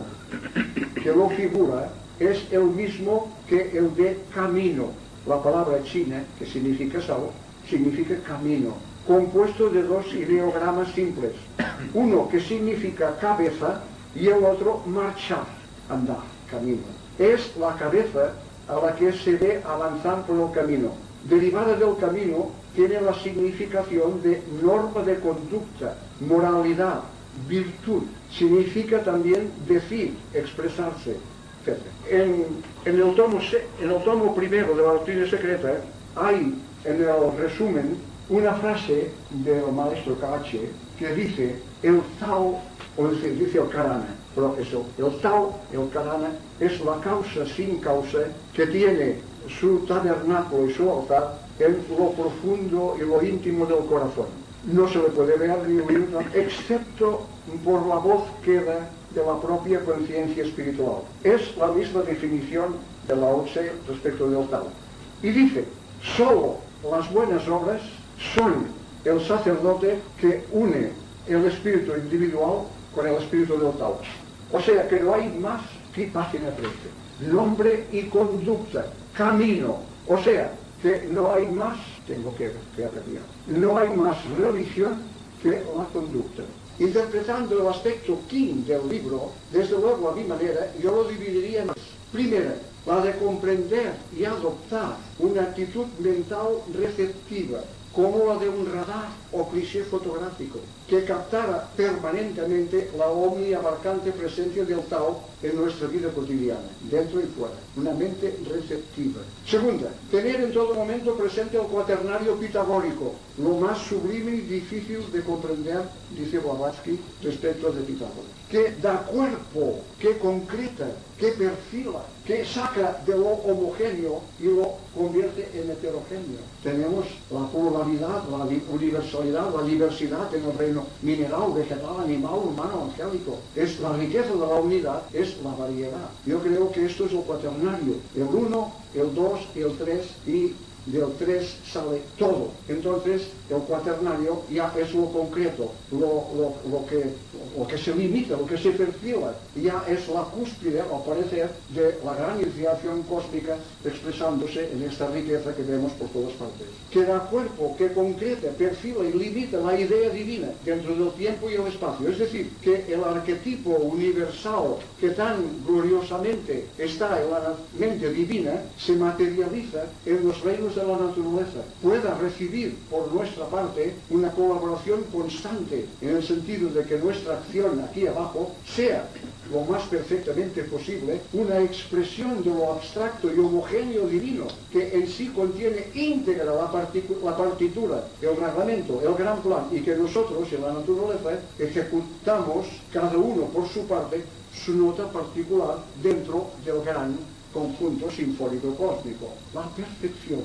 Speaker 3: que lo figura es el mismo que el de camino. La palabra china, que significa sao, significa camino, compuesto de dos ideogramas simples. Uno que significa cabeza y el otro marchar, andar, camino. Es la cabeza a la que se ve avanzar por el camino. Derivada del camino, tiene la significación de norma de conducta, moralidad, virtud. Significa también decir, expresarse, etcétera. En, en, el tomo, en el tomo primero de la doctrina secreta hay en el resumen una frase del maestro Kache que dice: el Tao, o dice, dice el Karana, pero eso, el Tao, el Karana, es la causa sin causa que tiene su tabernáculo y su altar en lo profundo y lo íntimo del corazón. No se le puede ver ni oír, excepto por la voz que da de la propia conciencia espiritual. Es la misma definición de Lao Tse respecto del Tao. Y dice: solo las buenas obras son el sacerdote que une el espíritu individual con el espíritu del Tao. O sea que no hay más que página trece. Nombre y conducta, camino. O sea que no hay más, tengo que, que aprender, no hay más religión que la conducta. Interpretando el aspecto king del libro, desde luego a mi manera, yo lo dividiría en dos. Primera, la de comprender y adoptar una actitud mental receptiva, como la de un radar o cliché fotográfico, que captara permanentemente la omniabarcante presencia del Tao en nuestra vida cotidiana, dentro y fuera, una mente receptiva. Segunda, tener en todo momento presente el cuaternario pitagórico, lo más sublime y difícil de comprender, dice Blavatsky, respecto de Pitágoras, que da cuerpo, que concreta, que perfila, que saca de lo homogéneo y lo convierte en heterogéneo. Tenemos la pluralidad, la universalidad, la diversidad en el reino mineral, vegetal, animal, humano, angélico. Es la riqueza de la unidad, es la variedad. Yo creo que esto es lo cuaternario. El uno, el dos, el tres, y del tres sale todo. Entonces, el cuaternario ya es lo concreto, lo, lo, lo, que, lo que se limita, lo que se perfila, ya es la cúspide, al parecer, de la gran iniciación cósmica expresándose en esta riqueza que vemos por todas partes. Que da cuerpo, que concreta, perfila y limita la idea divina dentro del tiempo y el espacio. Es decir, que el arquetipo universal que tan gloriosamente está en la mente divina se materializa en los reinos de la naturaleza, pueda recibir por nuestra parte una colaboración constante en el sentido de que nuestra acción aquí abajo sea lo más perfectamente posible una expresión de lo abstracto y homogéneo divino que en sí contiene íntegra la, la partitura, el reglamento, el gran plan, y que nosotros en la naturaleza ejecutamos cada uno por su parte su nota particular dentro del gran conjunto sinfónico cósmico. La perfección.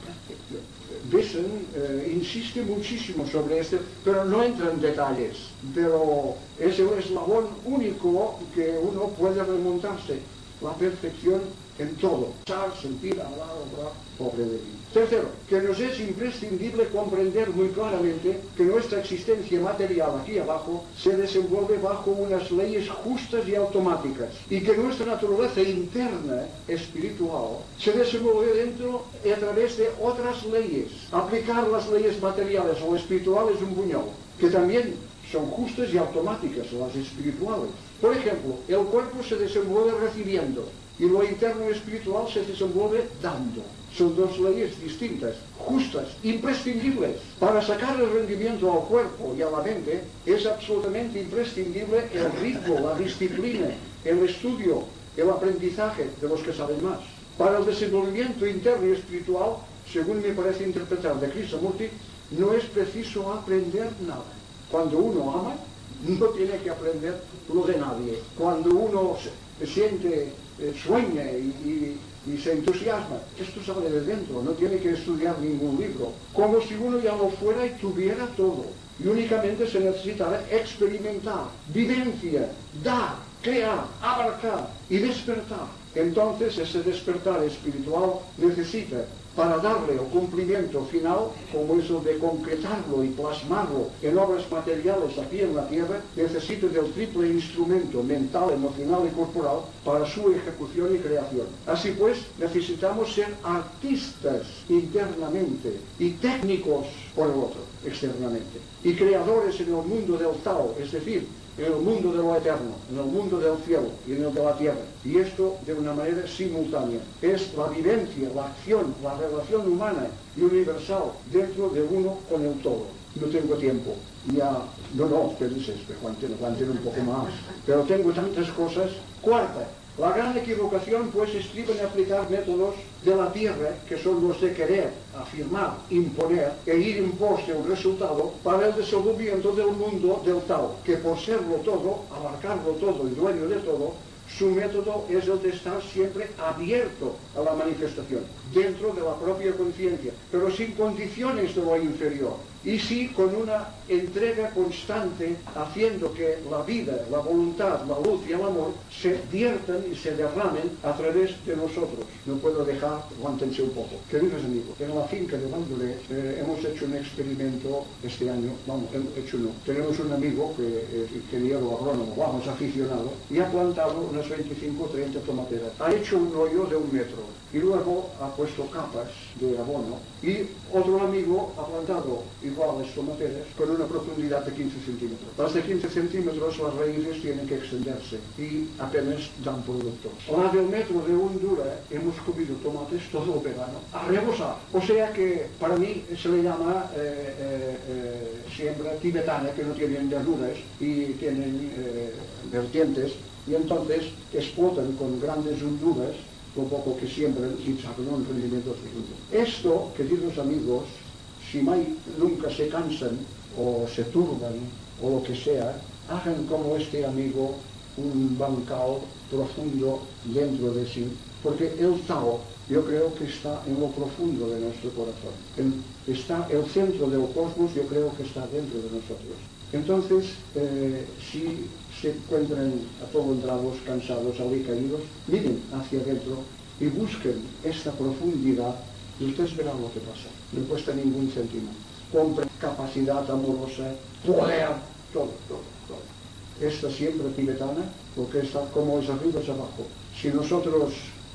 Speaker 3: Bessel eh, insiste muchísimo sobre esto, pero no entra en detalles, pero es el eslabón único que uno puede remontarse, la perfección en todo. Pensar, sentir, hablar, obrar, pobre de mí. Tercero, que nos es imprescindible comprender muy claramente que nuestra existencia material aquí abajo se desenvuelve bajo unas leyes justas y automáticas y que nuestra naturaleza interna, espiritual, se desenvuelve dentro y a través de otras leyes. Aplicar las leyes materiales o espirituales es un puñal, que también son justas y automáticas, las espirituales. Por ejemplo, el cuerpo se desenvuelve recibiendo y lo interno espiritual se desenvuelve dando. Son dos leyes distintas, justas, imprescindibles. Para sacar el rendimiento al cuerpo y a la mente es absolutamente imprescindible el ritmo, la disciplina, el estudio, el aprendizaje de los que saben más. Para el desenvolvimiento interno y espiritual, según me parece interpretar de Krishnamurti, no es preciso aprender nada. Cuando uno ama, no tiene que aprender lo de nadie. Cuando uno se siente, eh, sueña y, y, y se entusiasma, esto sale de dentro, no tiene que estudiar ningún libro. Como si uno ya lo fuera y tuviera todo. Y únicamente se necesitara experimentar, vivencia, dar, crear, abarcar y despertar. Entonces ese despertar espiritual necesita, para darle el cumplimiento final, como es el de concretarlo y plasmarlo en obras materiales aquí en la tierra, necesita del triple instrumento mental, emocional y corporal para su ejecución y creación. Así pues, necesitamos ser artistas internamente y técnicos por el otro, externamente, y creadores en el mundo del Tao, es decir, en el mundo de lo eterno, en el mundo del cielo y en el de la tierra. Y esto de una manera simultánea. Es la vivencia, la acción, la relación humana y universal dentro de uno con el todo. No tengo tiempo. Ya, no, no, espérense, aguanten, aguanten un poco más. Pero tengo tantas cosas. Cuarta, la gran equivocación pues estriba en aplicar métodos de la tierra, que son los de querer, afirmar, imponer e ir en pos de un resultado para el desenvolvimiento del mundo del Tao, que por serlo todo, abarcarlo todo y dueño de todo, su método es el de estar siempre abierto a la manifestación, dentro de la propia conciencia, pero sin condiciones de lo inferior, y sí con una entrega constante, haciendo que la vida, la voluntad, la luz y el amor se viertan y se derramen a través de nosotros. No puedo dejar, aguántense un poco. Queridos amigos, en la finca de Bandolé eh, hemos hecho un experimento este año, vamos, hemos hecho no. Tenemos un amigo que es ingeniero agrónomo, vamos, aficionado, y ha plantado unas veinticinco o treinta tomateras. Ha hecho un hoyo de un metro y luego ha puesto capas de abono, y otro amigo ha plantado iguales tomateras con una profundidad de quince centímetros. Las de quince centímetros, las raíces tienen que extenderse y apenas dan productos. La del metro de hondura hemos comido tomates todo el verano a rebosar. O sea que para mí se le llama eh, eh, eh, siembra tibetana, que no tienen verduras y tienen eh, vertientes, y entonces explotan con grandes honduras lo poco que siembran y sacan un rendimiento tremendo. Esto, queridos amigos, si mai, nunca se cansan o se turban o lo que sea, hagan como este amigo un bancal profundo dentro de sí, porque el Tao yo creo que está en lo profundo de nuestro corazón. El, está el centro del cosmos, yo creo que está dentro de nosotros. Entonces, eh, si se encuentran atolondrados, cansados, alicaídos, miren hacia adentro y busquen esta profundidad y ustedes verán lo que pasa. No cuesta ningún céntimo. Compren capacidad amorosa, poder, todo, todo, todo. Esta siembra tibetana, porque está como es arriba es abajo. Si nosotros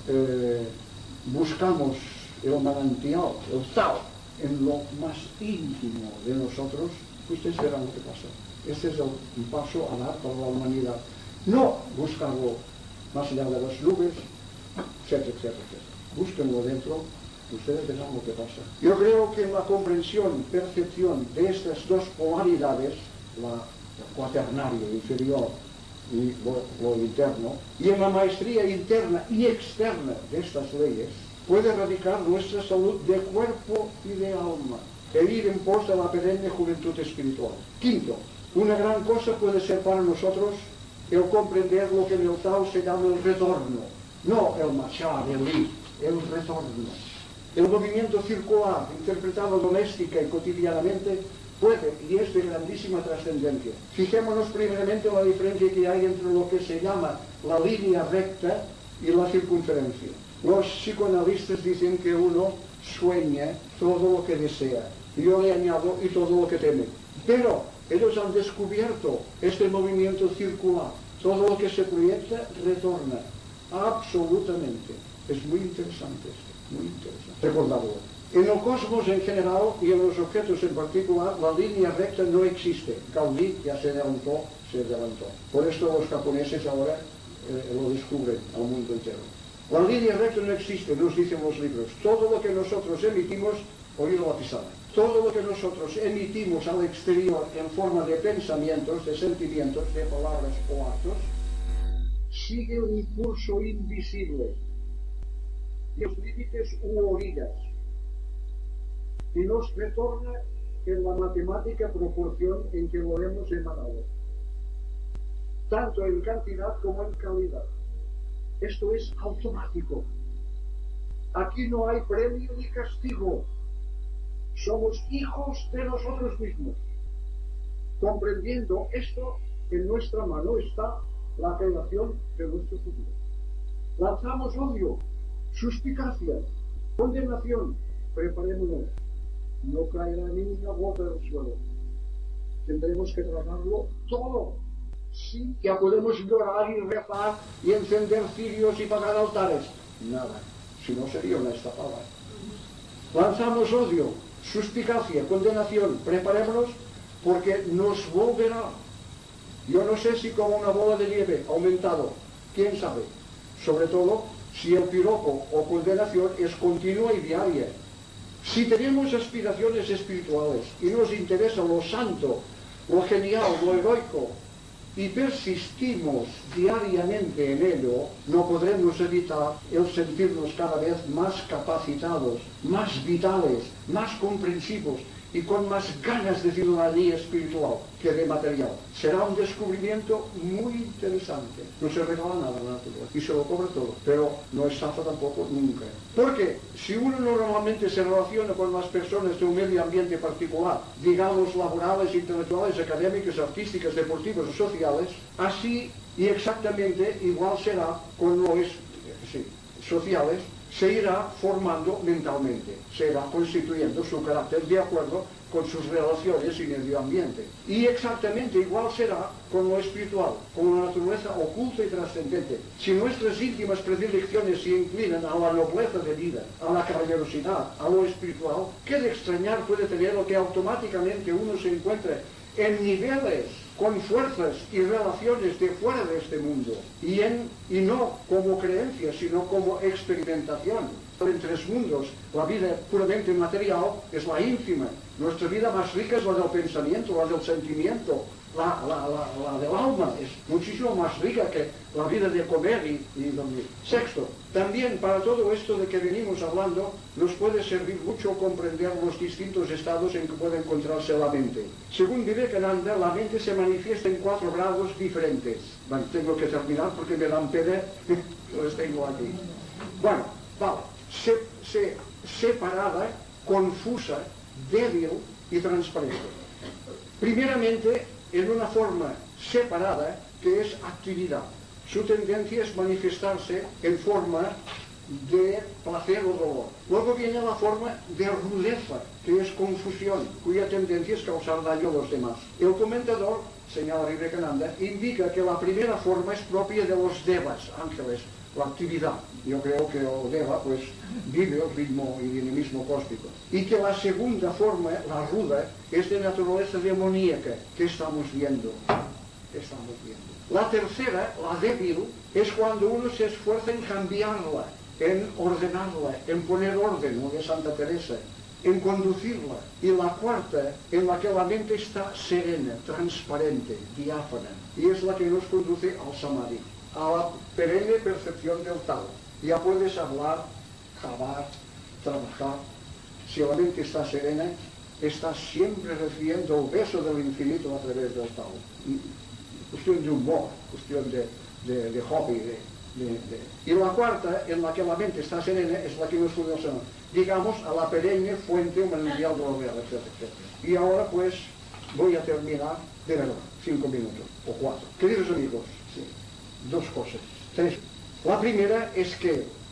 Speaker 3: eh, buscamos el manantial, el Tao, en lo más íntimo de nosotros, ustedes verán lo que pasa. Este es el paso a dar para la humanidad. No buscarlo más allá de las nubes, etcétera, etcétera, etcétera. Búsquenlo dentro, ustedes verán lo que pasa. Yo creo que en la comprensión, percepción de estas dos polaridades, la, el cuaternario inferior y lo, lo interno, y en la maestría interna y externa de estas leyes, puede radicar nuestra salud de cuerpo y de alma, e ir en pos de la perenne juventud espiritual. Quinto, una gran cosa puede ser para nosotros el comprender lo que en el Tao se llama el retorno, no el marchar, el ir, el retorno. El movimiento circular, interpretado doméstica y cotidianamente, puede, y es de grandísima trascendencia. Fijémonos primeramente en la diferencia que hay entre lo que se llama la línea recta y la circunferencia. Los psicoanalistas dicen que uno sueña todo lo que desea. Yo le añado y todo lo que teme. Pero ellos han descubierto este movimiento circular. Todo lo que se proyecta retorna. Absolutamente. Es muy interesante esto. Muy interesante. Recordarlo. En el cosmos en general y en los objetos en particular, la línea recta no existe. Gaudí ya se adelantó, se adelantó. Por esto los japoneses ahora eh, lo descubren al mundo entero. La línea recta no existe, nos dicen los libros. Todo lo que nosotros emitimos, oído la pisada, todo lo que nosotros emitimos al exterior en forma de pensamientos, de sentimientos, de palabras o actos, sigue un curso invisible, los límites u orillas, y nos retorna en la matemática proporción en que lo hemos emanado, tanto en cantidad como en calidad. Esto es automático. Aquí no hay premio ni castigo. Somos hijos de nosotros mismos. Comprendiendo esto, en nuestra mano está la relación de nuestro futuro. Lanzamos odio, suspicacia, condenación. Preparémonos. No caerá ni una gota del suelo. Tendremos que tratarlo todo. Sí, ya podemos llorar y rezar y encender cirios y pagar altares. Nada, si no sería una estafada. Lanzamos odio, suspicacia, condenación. Preparémonos porque nos volverá. Yo no sé si como una bola de nieve aumentado, quién sabe. Sobre todo si el piropo o condenación es continua y diaria. Si tenemos aspiraciones espirituales y nos interesa lo santo, lo genial, lo heroico, y persistimos diariamente en ello, no podremos evitar el sentirnos cada vez más capacitados, más vitales, más comprensivos y con más ganas de ciudadanía espiritual que de material. Será un descubrimiento muy interesante. No se regala nada a la naturaleza y se lo cobra todo, pero no estafa tampoco nunca. Porque si uno normalmente se relaciona con las personas de un medio ambiente particular, digamos laborales, intelectuales, académicas, artísticas, deportivas o sociales, así y exactamente igual será con los sí, sociales, se irá formando mentalmente, se irá constituyendo su carácter de acuerdo con sus relaciones y medio ambiente. Y exactamente igual será con lo espiritual, con la naturaleza oculta y trascendente. Si nuestras íntimas predilecciones se inclinan a la nobleza de vida, a la caballerosidad, a lo espiritual, ¿qué de extrañar puede tener lo que automáticamente uno se encuentre en niveles con fuerzas y relaciones de fuera de este mundo, y, en, y no como creencia, sino como experimentación? En tres mundos, la vida puramente material es la ínfima, nuestra vida más rica es la del pensamiento, la del sentimiento, la, la, la, la del alma, es muchísimo más rica que la vida de comer y, y dormir. Sexto, también para todo esto de que venimos hablando, nos puede servir mucho comprender los distintos estados en que puede encontrarse la mente. Según Vivekananda, la mente se manifiesta en cuatro grados diferentes. Bueno, tengo que terminar porque me dan pena, los tengo aquí. Bueno, vale, se, se, separada, confusa, débil y transparente. Primeramente, en una forma separada, que es actividad. Su tendencia es manifestarse en forma de placer o dolor. Luego viene la forma de rudeza, que es confusión, cuya tendencia es causar daño a los demás. El comentador, señala Vivekananda, indica que la primera forma es propia de los devas, ángeles, la actividad. Yo creo que el deva pues vive el ritmo y dinamismo cósmico. Y que la segunda forma, la ruda, es de naturaleza demoníaca, que estamos viendo. Que estamos viendo. La tercera, la débil, es cuando uno se esfuerza en cambiarla, en ordenarla, en poner orden, como de Santa Teresa, en conducirla. Y la cuarta, en la que la mente está serena, transparente, diáfana, y es la que nos conduce al samadhi, a la perenne percepción del Tao. Ya puedes hablar, jabar, trabajar. Si la mente está serena, estás siempre recibiendo el beso del infinito a través del Tao. Cuestión de humor, cuestión de, de, de hobby. De, de, de. Y la cuarta, en la que la mente está serena, es la que nos conduce, digamos, a la perenne fuente o manantial de lo real, etcétera, etcétera. Y ahora pues voy a terminar de verdad, cinco minutos o cuatro. Queridos amigos, sí, dos cosas, tres. La primera es que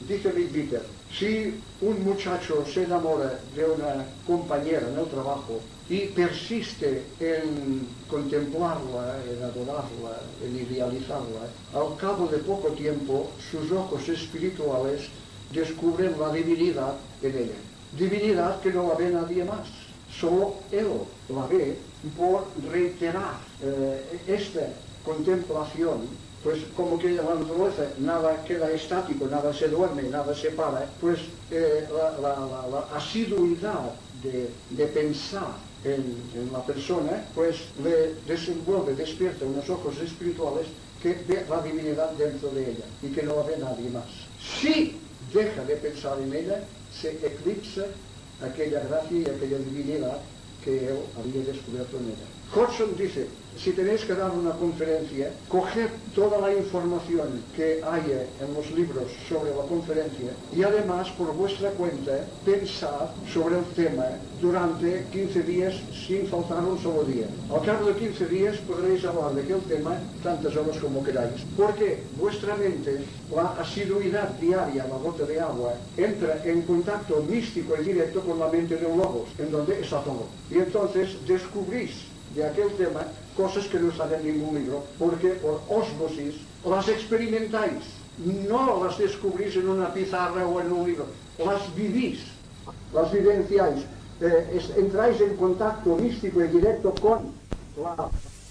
Speaker 3: dice Leadbeater, si un muchacho se enamora de una compañera en el trabajo y persiste en contemplarla, en adorarla, en idealizarla, al cabo de poco tiempo sus ojos espirituales descubren la divinidad en ella. Divinidad que no la ve nadie más, solo él la ve por reiterar eh, esta contemplación. Pues como que en la naturaleza nada queda estático, nada se duerme, nada se para, pues eh, la, la, la, la asiduidad de, de pensar en, en la persona, pues le desenvuelve, despierta unos ojos espirituales que ve la divinidad dentro de ella y que no la ve nadie más. Si deja de pensar en ella, se eclipsa aquella gracia y aquella divinidad que él había descubierto en ella. Hodgson dice, si tenéis que dar una conferencia, coged toda la información que haya en los libros sobre la conferencia y además por vuestra cuenta pensad sobre el tema durante quince días sin faltar un solo día. Al cabo de quince días podréis hablar de aquel tema tantas horas como queráis, porque vuestra mente, la asiduidad diaria, la gota de agua, entra en contacto místico y directo con la mente de un logos, en donde está todo. Y entonces descubrís de aquel tema cosas que no están en ningún libro, porque por ósmosis las experimentáis, no las descubrís en una pizarra o en un libro, las vivís, las vivenciáis, eh, es, entráis en contacto místico y directo con la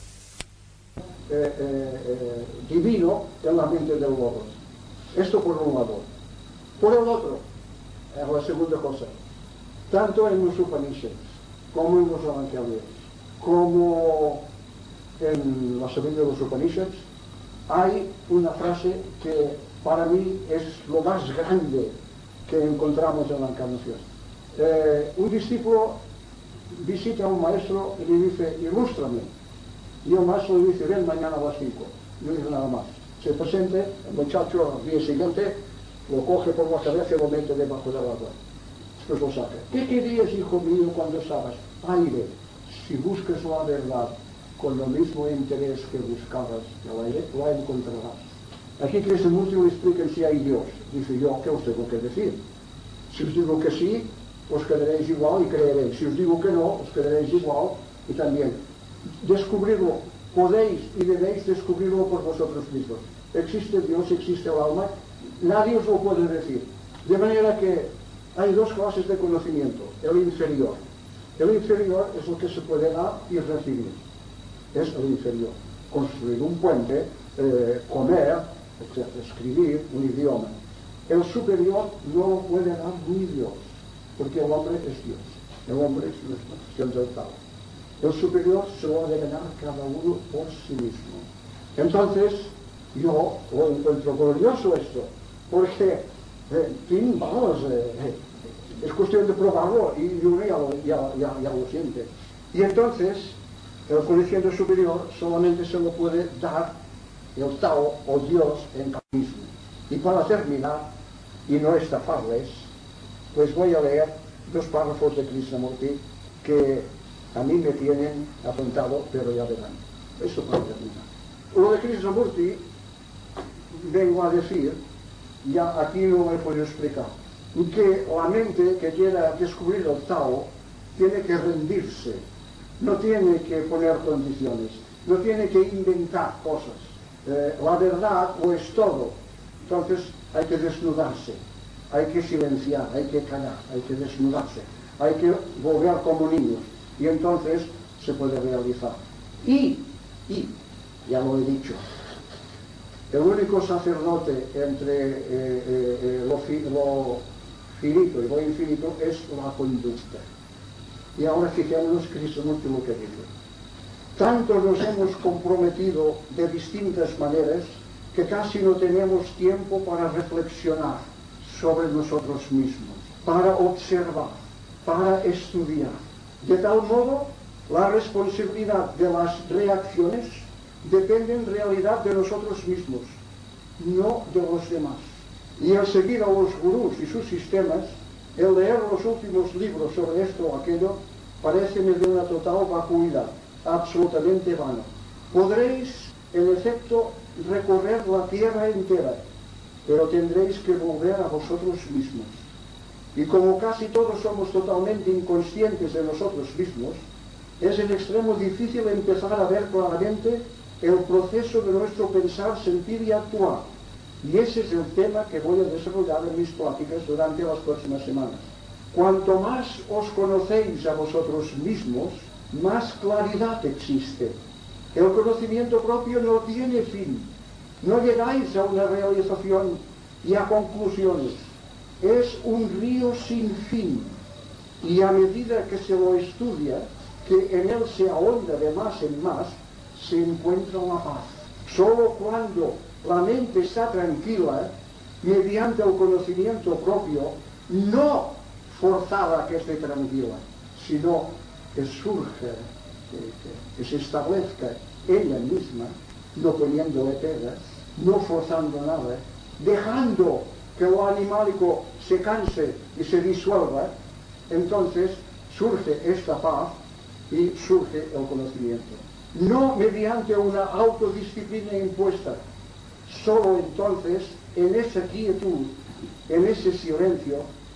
Speaker 3: eh, eh, eh, divino en la mente del logos. Esto por un lado. Por el otro, es la segunda cosa, tanto en los Upanishads como en los Evangelios, como en la sabiduría de los Upanishads, hay una frase que para mí es lo más grande que encontramos en la encarnación. Eh, un discípulo visita a un maestro y le dice, ilústrame. Y el maestro le dice, ven mañana a las cinco. No dice nada más. Se presenta, el muchacho al día siguiente lo coge por la cabeza y lo mete debajo del agua. Después lo saca. ¿Qué querías, hijo mío, cuando estabas? Aire. Si buscas la verdad con el mismo interés que buscabas el aire, la encontrarás. Aquí Krishnamurti le explica si hay Dios. Dice, yo, ¿qué os tengo que decir? Si os digo que sí, os quedaréis igual y creeréis. Si os digo que no, os quedaréis igual y también. Descubrirlo, podéis y debéis descubrirlo por vosotros mismos. Existe Dios, existe el alma, nadie os lo puede decir. De manera que hay dos clases de conocimiento, el inferior. El inferior es lo que se puede dar y recibir. Es el inferior. Construir un puente, eh, comer, etcétera, escribir un idioma. El superior no lo puede dar ni Dios, porque el hombre es Dios. El hombre es nuestra expresión del Tao. El superior se lo ha de ganar cada uno por sí mismo. Entonces, yo lo encuentro glorioso esto, porque, eh, en fin, vamos, eh, eh, es cuestión de probarlo y uno ya lo, ya, ya, ya lo siente. Y entonces, el conocimiento superior solamente se lo puede dar el Tao o Dios en cada mismo. Y para terminar, y no estafarles, pues voy a leer dos párrafos de Krishnamurti que a mí me tienen apuntado, pero ya verán. Eso para terminar. Lo de Krishnamurti, vengo a decir, ya aquí no me puedo explicar, que la mente que quiera descubrir el Tao tiene que rendirse, no tiene que poner condiciones, no tiene que inventar cosas. Eh, la verdad lo es todo. Entonces hay que desnudarse, hay que silenciar, hay que callar, hay que desnudarse, hay que volver como niños. Y entonces se puede realizar. Y, y, ya lo he dicho, el único sacerdote entre eh, eh, eh, lo, fi, lo finito y lo infinito es la conducta. Y ahora fijémonos Krishnamurti lo que dice. Tanto nos hemos comprometido de distintas maneras que casi no tenemos tiempo para reflexionar sobre nosotros mismos, para observar, para estudiar. De tal modo, la responsabilidad de las reacciones depende en realidad de nosotros mismos, no de los demás. Y el seguir a los gurús y sus sistemas, el leer los últimos libros sobre esto o aquello, paréceme de una total vacuidad, absolutamente vano. Podréis, en efecto, recorrer la tierra entera, pero tendréis que volver a vosotros mismos. Y como casi todos somos totalmente inconscientes de nosotros mismos, es en extremo difícil empezar a ver claramente el proceso de nuestro pensar, sentir y actuar. Y ese es el tema que voy a desarrollar en mis pláticas durante las próximas semanas. Cuanto más os conocéis a vosotros mismos, más claridad existe. El conocimiento propio no tiene fin. No llegáis a una realización y a conclusiones. Es un río sin fin. Y a medida que se lo estudia, que en él se ahonda de más en más, se encuentra la paz. Solo cuando la mente está tranquila, mediante el conocimiento propio, no forzada que esté tranquila, sino que surge, que, que, que se establezca ella misma, no poniéndole pegas, no forzando nada, dejando que lo animálico se canse y se disuelva, entonces surge esta paz y surge el conocimiento. No mediante una autodisciplina impuesta, solo entonces en esa quietud, en ese silencio,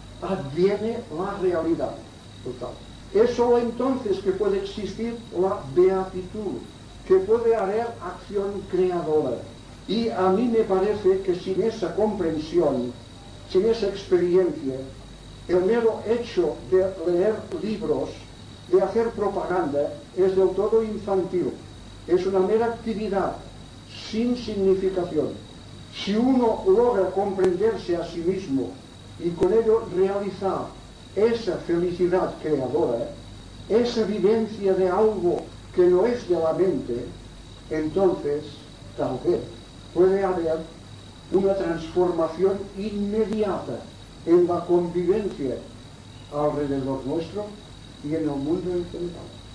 Speaker 3: adviene la realidad total. Es solo entonces que puede existir la beatitud, que puede haber acción creadora. Y a mí me parece que sin esa comprensión, sin esa experiencia, el mero hecho de leer libros, de hacer propaganda, es del todo infantil. Es una mera actividad sin significación. Si uno logra comprenderse a sí mismo y con ello realizar esa felicidad creadora, esa vivencia de algo que no es de la mente, entonces tal vez puede haber una transformación inmediata en la convivencia alrededor nuestro y en el mundo en general.